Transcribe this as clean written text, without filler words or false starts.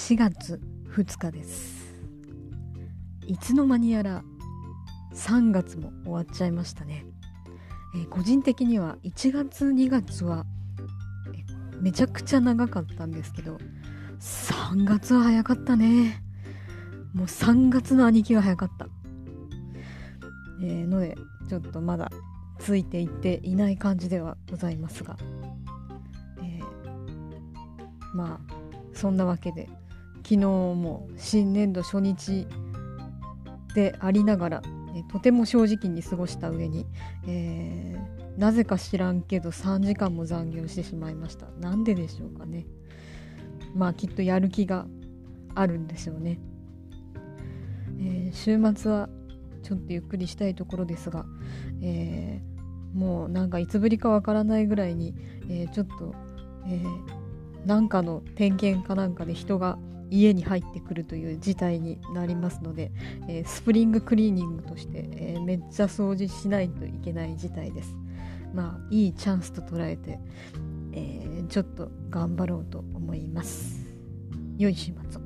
4月2日です。いつの間にやら3月も終わっちゃいましたね。個人的には1月2月はめちゃくちゃ長かったんですけど、3月は早かったね。もう3月の兄貴は早かった、のでちょっとまだついていっていない感じではございますが、まあそんなわけで昨日も新年度初日でありながら、とても正直に過ごした上に、なぜか知らんけど3時間も残業してしまいました。なんででしょうかね。まあきっとやる気があるんでしょうね。週末はちょっとゆっくりしたいところですが、もうなんかいつぶりかわからないぐらいに、ちょっと、なんかの点検かなんかで人が家に入ってくるという事態になりますので、スプリングクリーニングとして、めっちゃ掃除しないといけない事態です。まあいいチャンスと捉えて、ちょっと頑張ろうと思います。良い週末を。